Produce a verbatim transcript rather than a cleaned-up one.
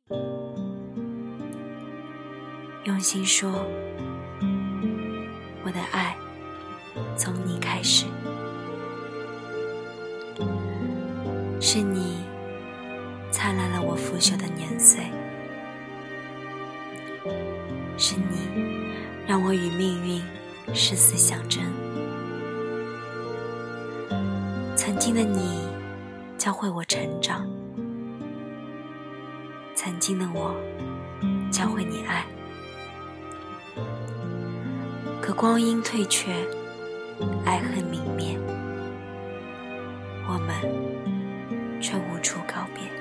用心说，我的爱从你开始，是你灿烂了我腐朽的年岁，是你让我与命运誓死相争。曾经的你教会我成长，曾经的我教会你爱，可光阴退却，爱恨泯灭，我们却无处告别。